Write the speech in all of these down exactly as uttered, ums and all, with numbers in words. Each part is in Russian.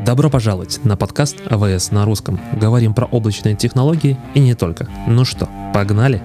Добро пожаловать на подкаст эй дабл ю эс на русском. Говорим про облачные технологии и не только. Ну что, погнали?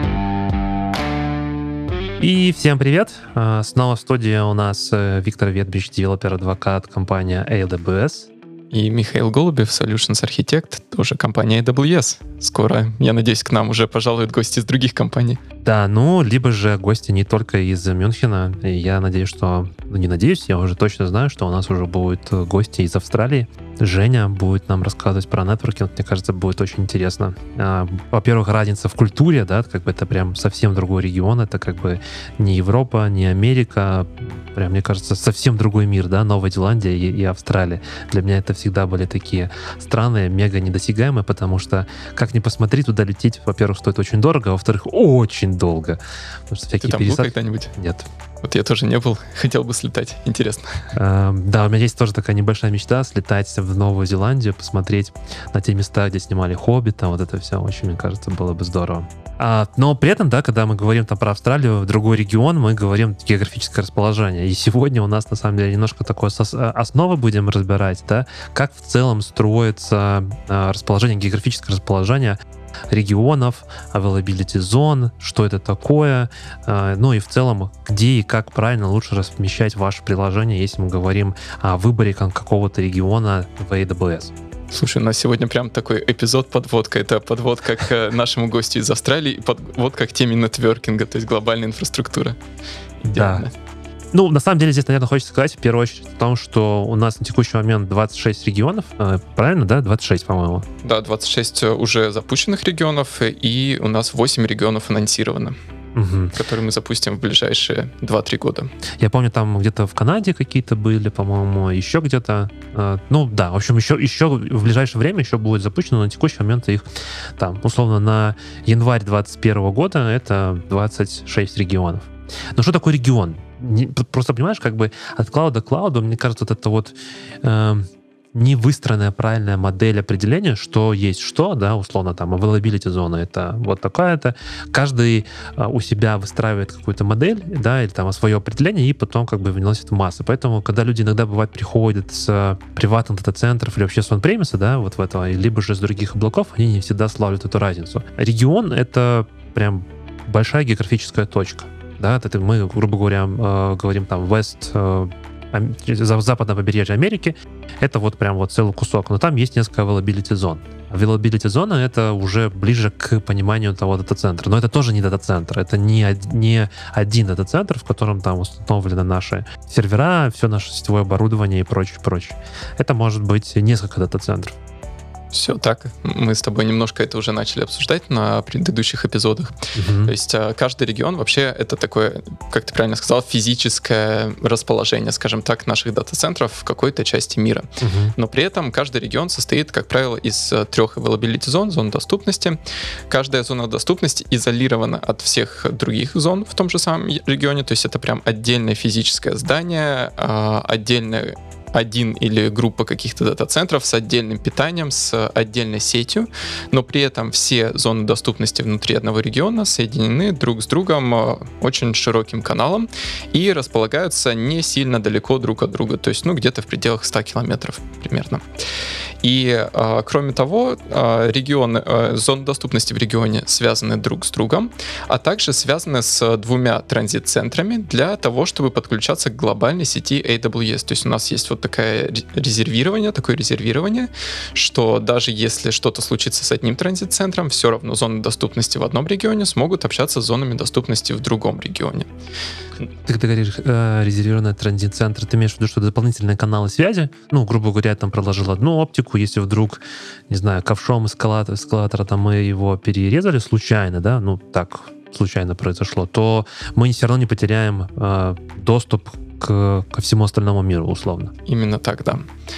И всем привет! Снова в студии у нас Виктор Ветбич, девелопер-адвокат, компания эй дабл ю эс. И Михаил Голубев, Solutions Architect, тоже компания эй дабл ю эс. Скоро, я надеюсь, к нам уже пожалуют гости из других компаний. Да, ну, либо же гости не только из Мюнхена. И я надеюсь, что... Ну, не надеюсь, я уже точно знаю, что у нас уже будут гости из Австралии. Женя будет нам рассказывать про нетворкинг. Мне кажется, будет очень интересно. Во-первых, разница в культуре, да, как бы это прям совсем другой регион. Это как бы не Европа, не Америка. Прям, мне кажется, совсем другой мир, да, Новая Зеландия и, и Австралия. Для меня это всегда были такие страны мега недосягаемые, потому что, как ни посмотри, туда лететь, во-первых, стоит очень дорого, а во-вторых, очень долго. Потому что всякие Ты там пересадки... был когда-нибудь? Нет. Вот я тоже не был, хотел бы слетать, интересно. Э, да, у меня есть тоже такая небольшая мечта слетать в Новую Зеландию, посмотреть на те места, где снимали «Хоббита», вот это все очень, мне кажется, было бы здорово. А, но при этом, да, когда мы говорим там про Австралию, другой регион, мы говорим географическое расположение. И сегодня у нас, на самом деле, немножко такой основы будем разбирать, да, как в целом строится а, расположение, географическое расположение регионов, availability zone, что это такое, ну и в целом, где и как правильно лучше размещать ваше приложение, если мы говорим о выборе какого-то региона в эй дабл ю эс. Слушай, у нас сегодня прям такой эпизод подводка. Это подводка к нашему гостю из Австралии и подводка к теме нетворкинга, то есть глобальная инфраструктура. Идеально. Да. Ну, на самом деле, здесь, наверное, хочется сказать в первую очередь о том, что у нас на текущий момент двадцать шесть регионов, правильно, да? двадцать шесть, по-моему. Да, двадцать шесть уже запущенных регионов, и у нас восемь регионов анонсировано, угу. которые мы запустим в ближайшие два-три года. Я помню, там где-то в Канаде какие-то были, по-моему, еще где-то. Ну, да, в общем, еще, еще в ближайшее время еще будет запущено, но на текущий момент их там, условно, на январь двадцать первого года это двадцать шесть регионов. Но что такое регион? Не, просто понимаешь, как бы от клауда к клауду, мне кажется, вот это вот э, невыстроенная правильная модель определения, что есть что, да, условно, там, availability зона, это вот такая-то. Каждый э, у себя выстраивает какую-то модель, да, или там свое определение, и потом как бы выносит в массы. Поэтому, когда люди иногда, бывает, приходят с приватных дата-центров или вообще с он-премиса, да, вот в этого, либо же с других облаков, они не всегда славят эту разницу. Регион — это прям большая географическая точка. Да, это мы, грубо говоря, э, говорим там West, э, западное побережье Америки, это вот прям вот целый кусок, но там есть несколько availability зон. Availability зона — это уже ближе к пониманию того дата-центра, но это тоже не дата-центр, это не, не один дата-центр, в котором там установлены наши сервера, все наше сетевое оборудование и прочее, прочее. Это может быть несколько дата-центров. Все так. Мы с тобой немножко это уже начали обсуждать на предыдущих эпизодах. Uh-huh. То есть каждый регион вообще это такое, как ты правильно сказал, физическое расположение, скажем так, наших дата-центров в какой-то части мира. Uh-huh. Но при этом каждый регион состоит, как правило, из трех availability зон, зон доступности. Каждая зона доступности изолирована от всех других зон в том же самом регионе. То есть это прям отдельное физическое здание, отдельное один или группа каких-то дата-центров с отдельным питанием, с отдельной сетью, но при этом все зоны доступности внутри одного региона соединены друг с другом очень широким каналом и располагаются не сильно далеко друг от друга, то есть ну где-то в пределах ста километров примерно. И э, кроме того, э, регионы, э, зоны доступности в регионе связаны друг с другом, а также связаны с двумя транзит-центрами для того, чтобы подключаться к глобальной сети эй дабл ю эс. То есть у нас есть вот такое резервирование, такое резервирование, что даже если что-то случится с одним транзит-центром, все равно зоны доступности в одном регионе смогут общаться с зонами доступности в другом регионе. Ты, когда говоришь э, резервированный транзит-центр, ты имеешь в виду, что дополнительные каналы связи? Ну, грубо говоря, я там проложил одну оптику, если вдруг, не знаю, ковшом эскалатора, эскалатора там мы его перерезали случайно, да, ну, так случайно произошло, то мы все равно не потеряем э, доступ к, ко всему остальному миру, условно. Именно так, да.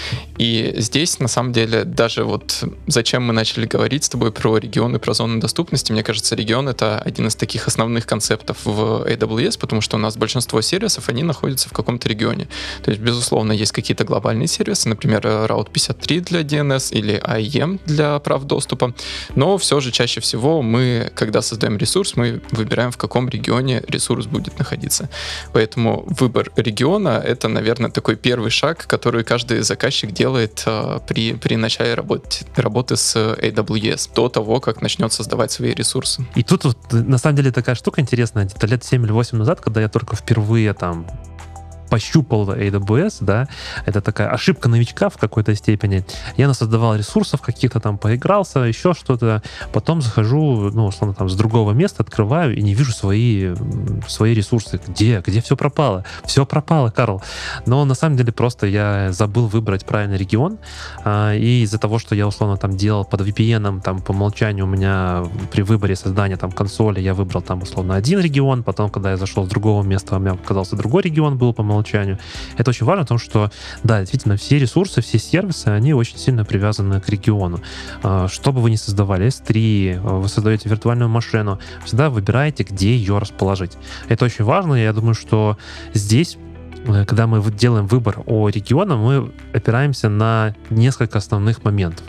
И здесь, на самом деле, даже вот зачем мы начали говорить с тобой про регионы, про зоны доступности, мне кажется, регион — это один из таких основных концептов в эй дабл ю эс, потому что у нас большинство сервисов, они находятся в каком-то регионе. То есть, безусловно, есть какие-то глобальные сервисы, например, Route пятьдесят три для ди эн эс или ай и эм для прав доступа, но все же чаще всего мы, когда создаем ресурс, мы выбираем, в каком регионе ресурс будет находиться. Поэтому выбор региона региона — это, наверное, такой первый шаг, который каждый заказчик делает а, при, при начале работы, работы с эй дабл ю эс, до того, как начнет создавать свои ресурсы. И тут вот, на самом деле такая штука интересная. Где-то лет семь или восемь назад, когда я только впервые там пощупал эй дабл ю эс, да, это такая ошибка новичка в какой-то степени. Я насоздавал ресурсов каких-то там, поигрался, еще что-то. Потом захожу, ну, условно, там, с другого места, открываю и не вижу свои, свои ресурсы. Где? Где все пропало? Все пропало, Карл. Но на самом деле просто я забыл выбрать правильный регион, и из-за того, что я, условно, там делал под ви пи эн, там, по умолчанию у меня при выборе создания там консоли я выбрал там, условно, один регион, потом, когда я зашел с другого места, у меня оказался другой регион был по умолчанию. Это очень важно, потому что, да, действительно, все ресурсы, все сервисы, они очень сильно привязаны к региону. Что бы вы ни создавали, эс три, вы создаете виртуальную машину, всегда выбираете, где ее расположить. Это очень важно, и я думаю, что здесь, когда мы делаем выбор о регионе, мы опираемся на несколько основных моментов.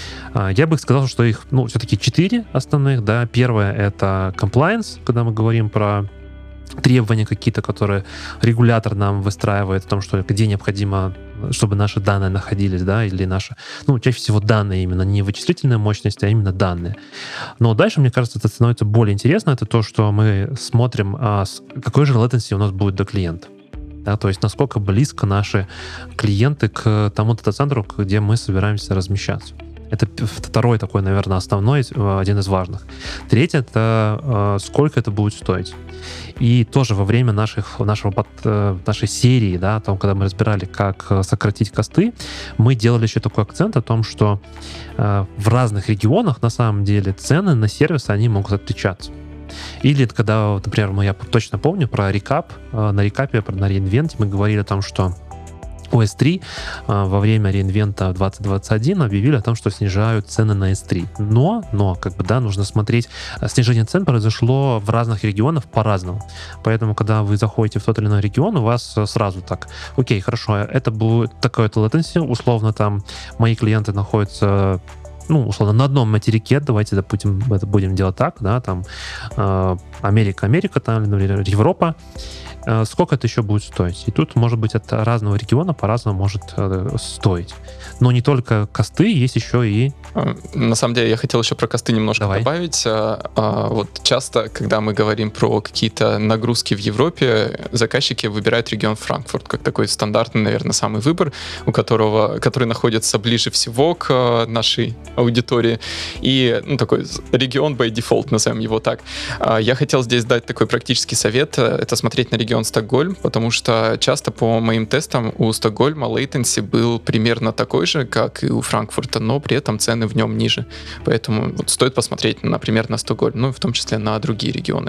Я бы сказал, что их, ну, все-таки четыре основных, да. Первое — это compliance, когда мы говорим про требования какие-то, которые регулятор нам выстраивает о том, что где необходимо, чтобы наши данные находились, да, или наши, ну, чаще всего данные именно, не вычислительная мощность, а именно данные. Но дальше, мне кажется, это становится более интересно, это то, что мы смотрим, а, какой же latency у нас будет до клиента. Да, то есть насколько близко наши клиенты к тому дата-центру, где мы собираемся размещаться. Это второй такой, наверное, основной, один из важных. Третье — это э, сколько это будет стоить. И тоже во время наших, нашего, э, нашей серии, да, о том, когда мы разбирали, как сократить косты, мы делали еще такой акцент о том, что э, в разных регионах на самом деле цены на сервисы, они могут отличаться. Или когда, например, мы, я точно помню про рекап, э, на рекапе, на реинвенте мы говорили о том, что у эс три а, во время реинвента двадцать двадцать один объявили о том, что снижают цены на эс три. Но, но, как бы, да, нужно смотреть, снижение цен произошло в разных регионах по-разному. Поэтому, когда вы заходите в тот или иной регион, у вас сразу так: окей, хорошо, это будет такое-то latency, условно, там, мои клиенты находятся, ну, условно, на одном материке, давайте, допустим, это будем делать так, да, там, э, Америка, Америка, там, например, Европа, э, сколько это еще будет стоить? И тут, может быть, от разного региона по-разному может э, стоить. Но не только косты, есть еще и... На самом деле, я хотел еще про косты немножко Давай. добавить. А, а, вот часто, когда мы говорим про какие-то нагрузки в Европе, заказчики выбирают регион Франкфурт как такой стандартный, наверное, самый выбор, у которого, который находится ближе всего к нашей аудитории. И, ну, такой регион by default, назовем его так. А, я хотел здесь дать такой практический совет. Это смотреть на регион Стокгольм, потому что часто по моим тестам у Стокгольма latency был примерно такой же, как и у Франкфурта, но при этом цены в нем ниже. Поэтому вот стоит посмотреть, например, на Стокгольм, ну и в том числе на другие регионы.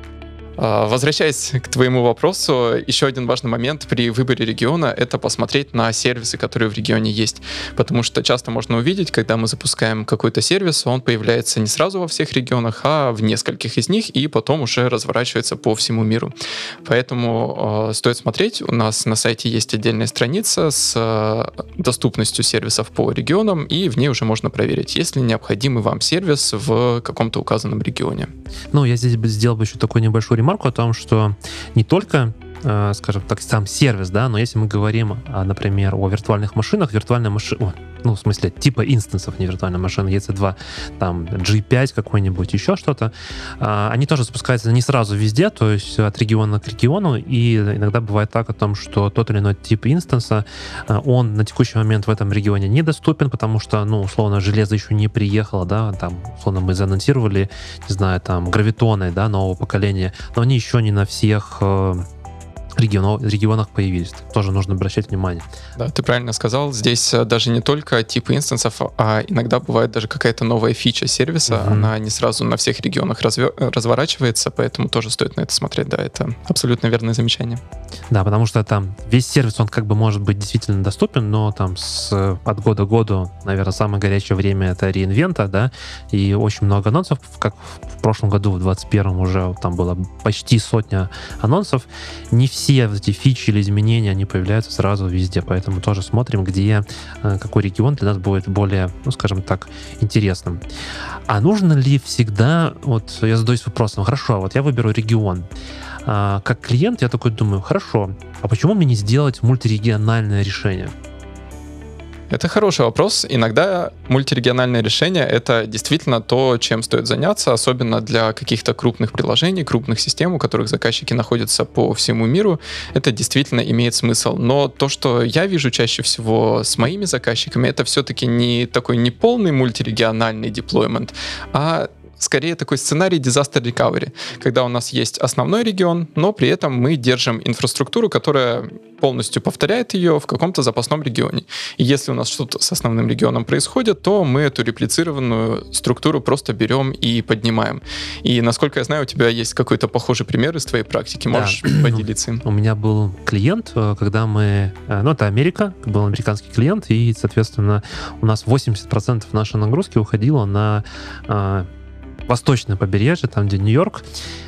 Возвращаясь к твоему вопросу, еще один важный момент при выборе региона — это посмотреть на сервисы, которые в регионе есть. Потому что часто можно увидеть, когда мы запускаем какой-то сервис, он появляется не сразу во всех регионах, а в нескольких из них, и потом уже разворачивается по всему миру. Поэтому э, стоит смотреть. У нас на сайте есть отдельная страница с э, доступностью сервисов по регионам, и в ней уже можно проверить, есть ли необходимый вам сервис в каком-то указанном регионе. Ну, я здесь бы сделал бы еще такой небольшой ремарку о том, что не только, э, скажем так, сам сервис, да, но если мы говорим, а, например, о виртуальных машинах, виртуальная машина, ну, в смысле, типа инстансов, не виртуальной машины, и си два, там, джи пять какой-нибудь, еще что-то, э, они тоже запускаются не сразу везде, то есть от региона к региону, и иногда бывает так о том, что тот или иной тип инстанса, э, он на текущий момент в этом регионе недоступен, потому что, ну, условно, железо еще не приехало, да, там, условно, мы заанонсировали, не знаю, там, гравитоны, да, нового поколения, но они еще не на всех э, регионах, регионах появились. Тоже нужно обращать внимание. Да, ты правильно сказал. Здесь даже не только типы инстансов, а иногда бывает даже какая-то новая фича сервиса. Mm-hmm. Она не сразу на всех регионах разве- разворачивается, поэтому тоже стоит на это смотреть. Да, это абсолютно верное замечание. Да, потому что там весь сервис, он как бы может быть действительно доступен, но там с, от года к году, наверное, самое горячее время — это реинвента, да, и очень много анонсов, как в прошлом году, в двадцать первом уже там было почти сотня анонсов. Не все эти фичи или изменения, они появляются сразу везде, поэтому тоже смотрим, где, какой регион для нас будет более, ну, скажем так, интересным. А нужно ли всегда, вот я задаюсь вопросом, хорошо, вот я выберу регион, А, как клиент я такой думаю, хорошо, а почему мне не сделать мультирегиональное решение? Это хороший вопрос. Иногда мультирегиональное решение — это действительно то, чем стоит заняться, особенно для каких-то крупных приложений, крупных систем, у которых заказчики находятся по всему миру. Это действительно имеет смысл. Но то, что я вижу чаще всего с моими заказчиками, это все-таки не такой неполный мультирегиональный деплоймент, а скорее такой сценарий disaster recovery, когда у нас есть основной регион, но при этом мы держим инфраструктуру, которая полностью повторяет ее в каком-то запасном регионе. И если у нас что-то с основным регионом происходит, то мы эту реплицированную структуру просто берем и поднимаем. И, насколько я знаю, у тебя есть какой-то похожий пример из твоей практики. Можешь да. поделиться им? У меня был клиент, когда мы... Ну, это Америка, был американский клиент, и, соответственно, у нас восемьдесят процентов нашей нагрузки уходило на восточное побережье, там, где Нью-Йорк.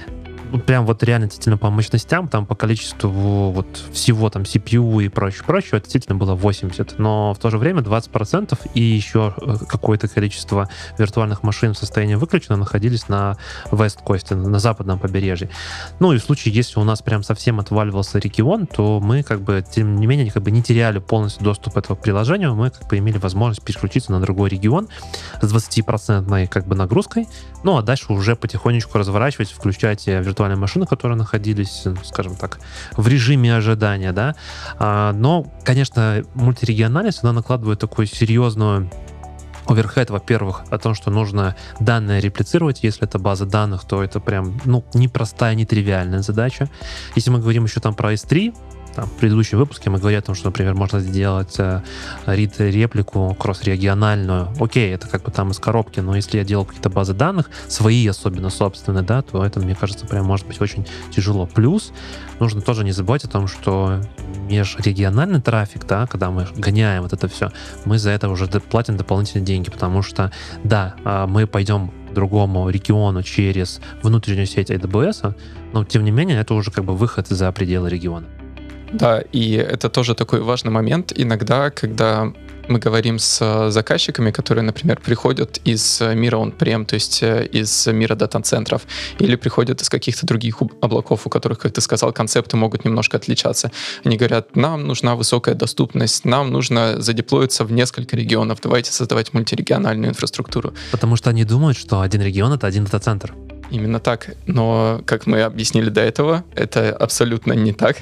Прям вот реально действительно по мощностям, там по количеству вот всего там си пи ю и прочее, прочее, это действительно было восемьдесят, но в то же время двадцать процентов и еще какое-то количество виртуальных машин в состоянии выключено находились на Вест-Косте, на западном побережье. Ну и в случае, если у нас прям совсем отваливался регион, то мы как бы, тем не менее, как бы не теряли полностью доступ к этому приложению, мы как бы имели возможность переключиться на другой регион с двадцатипроцентной как бы нагрузкой, ну а дальше уже потихонечку разворачивать, включать виртуальные машины, которые находились, скажем так, в режиме ожидания, да. А, но, конечно, мультирегиональность, она накладывает такую серьезную оверхед, во-первых, о том, что нужно данные реплицировать. Если это база данных, то это прям, ну, непростая, нетривиальная задача. Если мы говорим еще там про эс три, там, в предыдущем выпуске мы говорили о том, что, например, можно сделать э, read-реплику кросс-региональную. Окей, это как бы там из коробки, но если я делал какие-то базы данных, свои особенно собственные, да, то это, мне кажется, прям может быть очень тяжело. Плюс нужно тоже не забывать о том, что межрегиональный трафик, да, когда мы гоняем вот это все, мы за это уже платим дополнительные деньги, потому что, да, мы пойдем к другому региону через внутреннюю сеть эй дабл ю эс, но, тем не менее, это уже как бы выход за пределы региона. Да, и это тоже такой важный момент. Иногда, когда мы говорим с заказчиками, которые, например, приходят из мира он-прем, то есть из мира дата-центров, или приходят из каких-то других облаков, у которых, как ты сказал, концепты могут немножко отличаться. Они говорят, нам нужна высокая доступность, нам нужно задеплоиться в несколько регионов, давайте создавать мультирегиональную инфраструктуру. Потому что они думают, что один регион — это один дата-центр. Именно так. Но, как мы объяснили до этого, это абсолютно не так.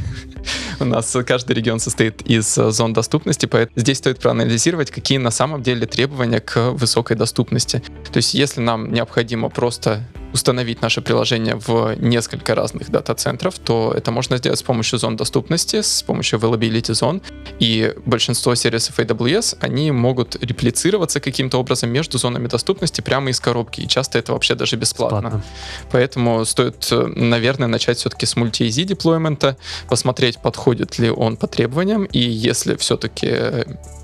У нас каждый регион состоит из зон доступности, поэтому здесь стоит проанализировать, какие на самом деле требования к высокой доступности. То есть, если нам необходимо просто установить наше приложение в несколько разных дата-центров, то это можно сделать с помощью зон доступности, с помощью availability зон. И большинство сервисов эй дабл ю эс, они могут реплицироваться каким-то образом между зонами доступности прямо из коробки. И часто это вообще даже бесплатно. бесплатно. Поэтому стоит, наверное, начать все-таки с мульти-эй зет деплоймента, посмотреть, подходит ли он по требованиям. И если все-таки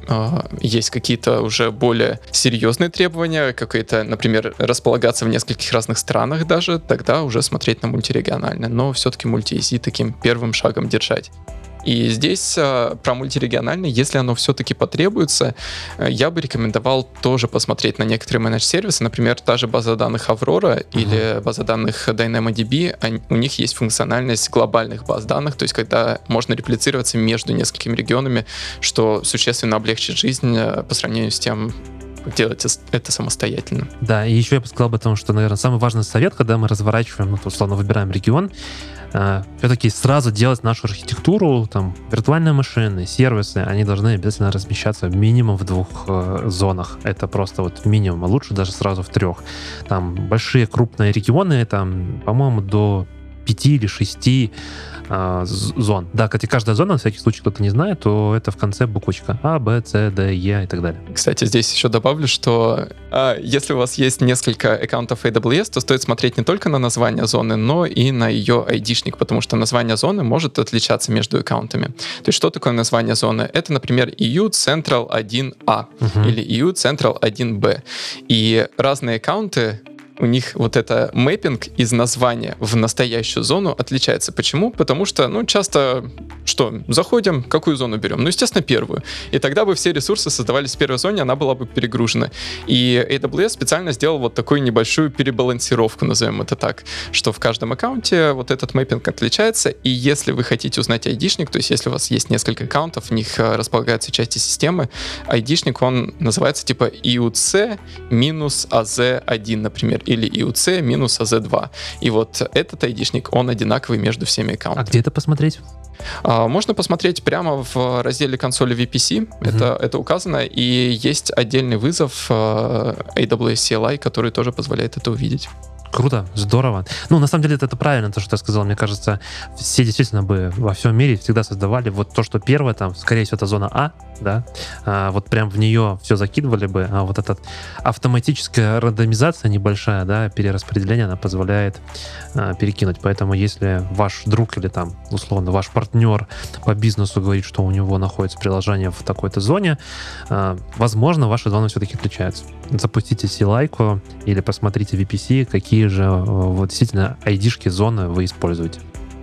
есть какие-то уже более серьезные требования, какие-то, например, располагаться в нескольких разных странах даже, тогда уже смотреть на мультирегиональное. Но все-таки мульти-эй зет таким первым шагом держать. И здесь э, про мультирегиональный, если оно все-таки потребуется, э, я бы рекомендовал тоже посмотреть на некоторые менедж-сервисы, например, та же база данных Aurora uh-huh. или база данных DynamoDB, они, у них есть функциональность глобальных баз данных, то есть когда можно реплицироваться между несколькими регионами, что существенно облегчит жизнь э, по сравнению с тем, делать это самостоятельно. Да, и еще я бы сказал бы о том, что, наверное, самый важный совет, когда мы разворачиваем, ну, условно, выбираем регион, э, все-таки сразу делать нашу архитектуру, там, виртуальные машины, сервисы, они должны обязательно размещаться минимум в двух э, зонах. Это просто вот минимум, а лучше даже сразу в трех. Там большие крупные регионы, там, по-моему, до пяти или шести э, зон. Да, кстати, каждая зона, на всякий случай кто-то не знает, то это в конце буквочка А, Б, С, Д, Е и так далее. Кстати, здесь еще добавлю, что э, если у вас есть несколько аккаунтов эй дабл ю эс, то стоит смотреть не только на название зоны, но и на ее айдишник, потому что название зоны может отличаться между аккаунтами. То есть что такое название зоны? Это, например, и ю Central один А uh-huh. или и ю Central один Б. И разные аккаунты у них вот это мэппинг из названия в настоящую зону отличается. Почему? Потому что, ну, часто, что, заходим, какую зону берем? Ну, естественно, первую. И тогда бы все ресурсы создавались в первой зоне, она была бы перегружена. И эй дабл ю эс специально сделал вот такую небольшую перебалансировку, назовем это так, что в каждом аккаунте вот этот мэппинг отличается, и если вы хотите узнать айдишник, то есть если у вас есть несколько аккаунтов, в них располагаются части системы, айдишник, он называется типа ай ю си минус эй зет один, например, или ай ю си минус эй зет два. И вот этот айдишник, он одинаковый между всеми аккаунтами. А где это посмотреть? А, можно посмотреть прямо в разделе консоли ви пи си, uh-huh. это, это указано, и есть отдельный вызов эй дабл ю эс си эл ай, который тоже позволяет это увидеть. Круто, здорово. Ну, на самом деле, это, это правильно, то, что ты сказал. Мне кажется, все действительно бы во всем мире всегда создавали вот то, что первое, там, скорее всего, это зона А, да, а, вот прям в нее все закидывали бы, а вот эта автоматическая рандомизация небольшая, да, перераспределение, она позволяет а, перекинуть. Поэтому, если ваш друг или там, условно, ваш партнер по бизнесу говорит, что у него находится приложение в такой-то зоне, а, возможно, ваши зоны все-таки отличаются. Запустите си эл ай-ку или посмотрите ви пи си, какие же вот действительно айдишки зоны вы используете.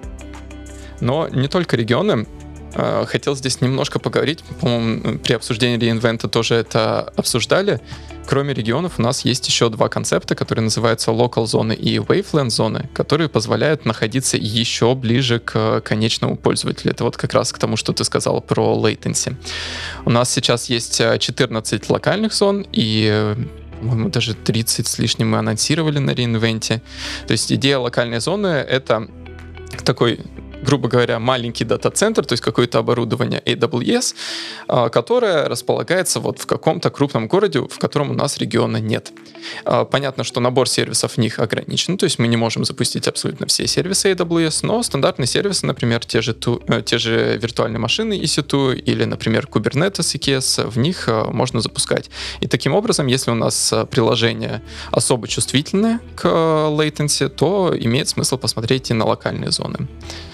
Но не только регионы. Хотел здесь немножко поговорить. По-моему, при обсуждении реинвента тоже это обсуждали. Кроме регионов у нас есть еще два концепта, которые называются local зоны и waveland зоны, которые позволяют находиться еще ближе к конечному пользователю. Это вот как раз к тому, что ты сказал про latency. У нас сейчас есть четырнадцать локальных зон, и по-моему, даже тридцать с лишним мы анонсировали на реинвенте. То есть идея локальной зоны — это такой, грубо говоря, маленький дата-центр, то есть какое-то оборудование эй дабл ю эс, которое располагается вот в каком-то крупном городе, в котором у нас региона нет. Понятно, что набор сервисов в них ограничен, то есть мы не можем запустить абсолютно все сервисы эй дабл ю эс, но стандартные сервисы, например, те же, ту, те же виртуальные машины и си ту или, например, Kubernetes и кей эс, в них можно запускать. И таким образом, если у нас приложение особо чувствительное к latency, то имеет смысл посмотреть и на локальные зоны.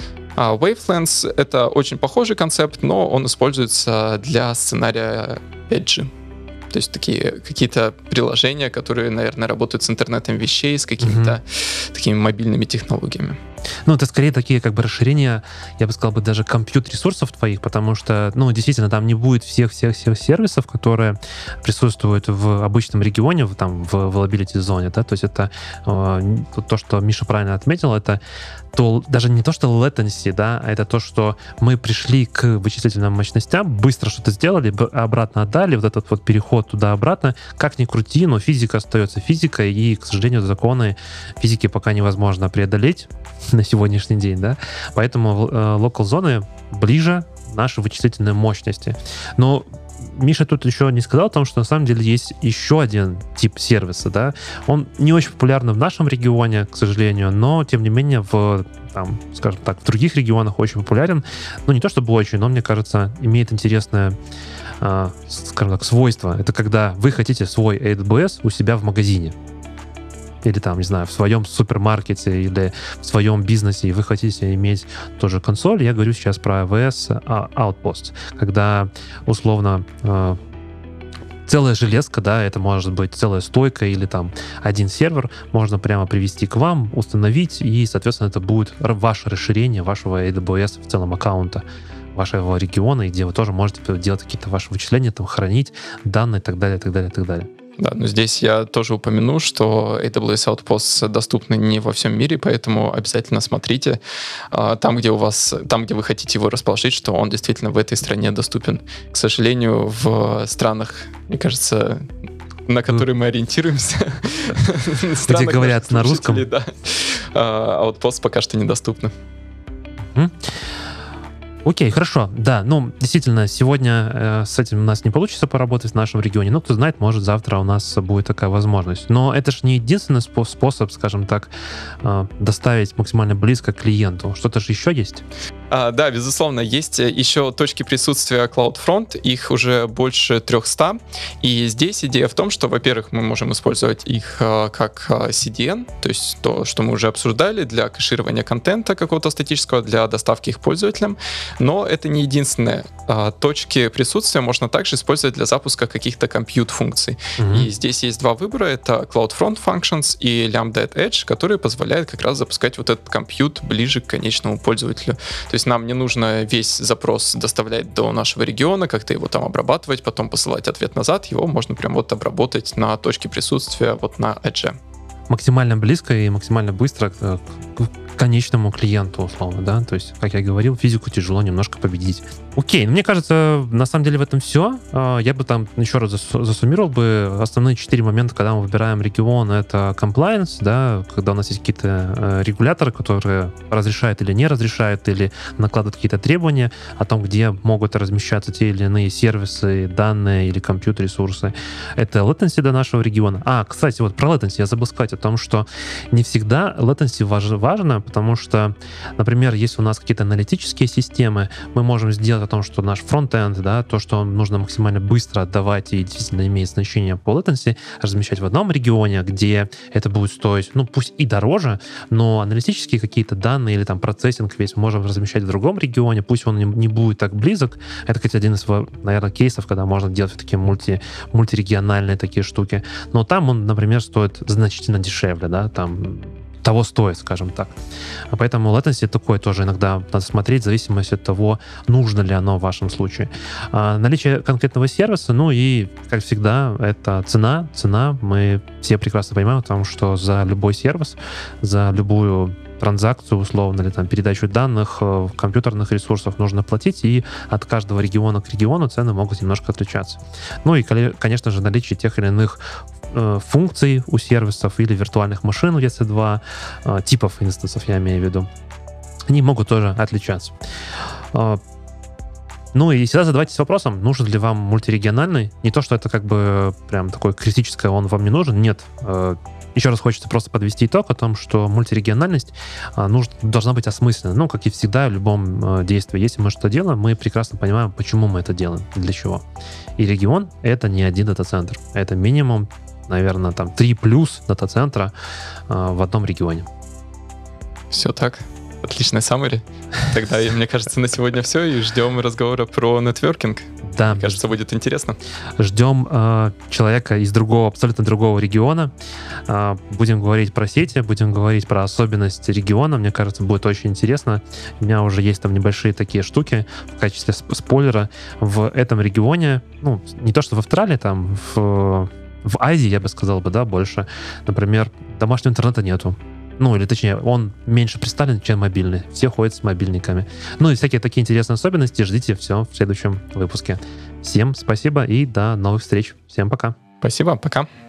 А Wavelands — это очень похожий концепт, но он используется для сценария пять джи. То есть такие какие-то приложения, которые, наверное, работают с интернетом вещей, с какими-то mm-hmm. такими мобильными технологиями. Ну, это скорее такие как бы расширения, я бы сказал бы, даже компьютер-ресурсов твоих, потому что, ну, действительно, там не будет всех-всех-всех сервисов, которые присутствуют в обычном регионе, в, там, в availability зоне, да, то есть это э, то, что Миша правильно отметил, это то, даже не то, что latency, да, а это то, что мы пришли к вычислительным мощностям, быстро что-то сделали, обратно отдали, вот этот вот переход туда-обратно, как ни крути, но физика остается физикой, и, к сожалению, законы физики пока невозможно преодолеть на сегодняшний день, да, поэтому э, local зоны ближе нашей вычислительной мощности. Но Миша тут еще не сказал о том, что на самом деле есть еще один тип сервиса, да, он не очень популярен в нашем регионе, к сожалению, но, тем не менее, в, там, скажем так, в других регионах очень популярен, ну, не то чтобы очень, но, мне кажется, имеет интересное, э, скажем так, свойство. Это когда вы хотите свой эй дабл ю эс у себя в магазине, или там, не знаю, в своем супермаркете или в своем бизнесе, и вы хотите иметь тоже консоль. Я говорю сейчас про эй ви эс Outpost, когда условно э, целая железка, да, это может быть целая стойка или там один сервер, можно прямо привести к вам, установить, и, соответственно, это будет ваше расширение вашего эй дабл ю эс в целом аккаунта вашего региона, где вы тоже можете делать какие-то ваши вычисления, там, хранить данные и так далее, и так далее, и так далее. Да, но здесь я тоже упомяну, что эй дабл ю эс Outposts доступны не во всем мире, поэтому обязательно смотрите там, где у вас, там, где вы хотите его расположить, что он действительно в этой стране доступен. К сожалению, в странах, мне кажется, на которые мы ориентируемся, где говорят на русском, Outposts пока что недоступны. Окей, хорошо, да, ну, действительно, сегодня э, с этим у нас не получится поработать в нашем регионе, но кто знает, может, завтра у нас будет такая возможность. Но это же не единственный способ, скажем так, э, доставить максимально близко к клиенту. Что-то же еще есть? А, да, безусловно, есть еще точки присутствия CloudFront, их уже больше трехсот, и здесь идея в том, что, во-первых, мы можем использовать их а, как а, си ди эн, то есть то, что мы уже обсуждали, для кэширования контента какого-то статического, для доставки их пользователям, но это не единственное. А, точки присутствия можно также использовать для запуска каких-то compute-функций, mm-hmm. и здесь есть два выбора, это CloudFront Functions и Lambda at Edge, которые позволяют как раз запускать вот этот compute ближе к конечному пользователю. То есть нам не нужно весь запрос доставлять до нашего региона, как-то его там обрабатывать, потом посылать ответ назад. Его можно прям вот обработать на точке присутствия вот на Edge. Максимально близко и максимально быстро к конечному клиенту, условно, да? То есть, как я говорил, физику тяжело немножко победить. Окей, мне кажется, на самом деле в этом все. Я бы там еще раз засуммировал бы основные четыре момента, когда мы выбираем регион. Это compliance, да, когда у нас есть какие-то регуляторы, которые разрешают или не разрешают, или накладывают какие-то требования о том, где могут размещаться те или иные сервисы, данные или компьютер-ресурсы. Это latency до нашего региона. А, кстати, вот про latency я забыл сказать о том, что не всегда latency важно, потому что, например, если у нас какие-то аналитические системы, мы можем сделать о том, что наш фронт-энд, да, то, что нужно максимально быстро отдавать и действительно имеет значение по latency, размещать в одном регионе, где это будет стоить, ну, пусть и дороже, но аналитические какие-то данные или там процессинг весь можем размещать в другом регионе, пусть он не будет так близок. Это, кстати, один из, наверное, кейсов, когда можно делать такие мульти, мультирегиональные такие штуки. Но там он, например, стоит значительно дешевле, да, там того стоит, скажем так. А поэтому latency такое тоже иногда надо смотреть в зависимости от того, нужно ли оно в вашем случае. А, наличие конкретного сервиса, ну и, как всегда, это цена. Цена, мы все прекрасно понимаем, потому что за любой сервис, за любую транзакцию, условно, или там передачу данных, э, компьютерных ресурсов нужно платить, и от каждого региона к региону цены могут немножко отличаться. Ну и, конечно же, наличие тех или иных э, функций у сервисов или виртуальных машин у и эс два, э, типов инстансов, я имею в виду, они могут тоже отличаться. Э, ну и всегда задавайтесь вопросом, нужен ли вам мультирегиональный. Не то, что это как бы прям такое критическое, он вам не нужен, нет. Э, Еще раз хочется просто подвести итог о том, что мультирегиональность а, нужно, должна быть осмыслена. Ну, как и всегда в любом а, действии. Если мы что-то делаем, мы прекрасно понимаем, почему мы это делаем, для чего. И регион — это не один дата-центр. Это минимум, наверное, там три плюс дата-центра а, в одном регионе. Все так. Отличная summary. Тогда, мне кажется, на сегодня все, и ждем разговора про нетворкинг. Да. Мне кажется, будет интересно. Ждем э, человека из другого, абсолютно другого региона. Э, будем говорить про сети, будем говорить про особенности региона. Мне кажется, будет очень интересно. У меня уже есть там небольшие такие штуки в качестве спойлера. В этом регионе, ну, не то что в Австралии, там в, в Азии, я бы сказал бы, да, больше. Например, домашнего интернета нету. Ну, или точнее, он меньше представлен, чем мобильный. Все ходят с мобильниками. Ну и всякие такие интересные особенности. Ждите все в следующем выпуске. Всем спасибо и до новых встреч. Всем пока. Спасибо, пока.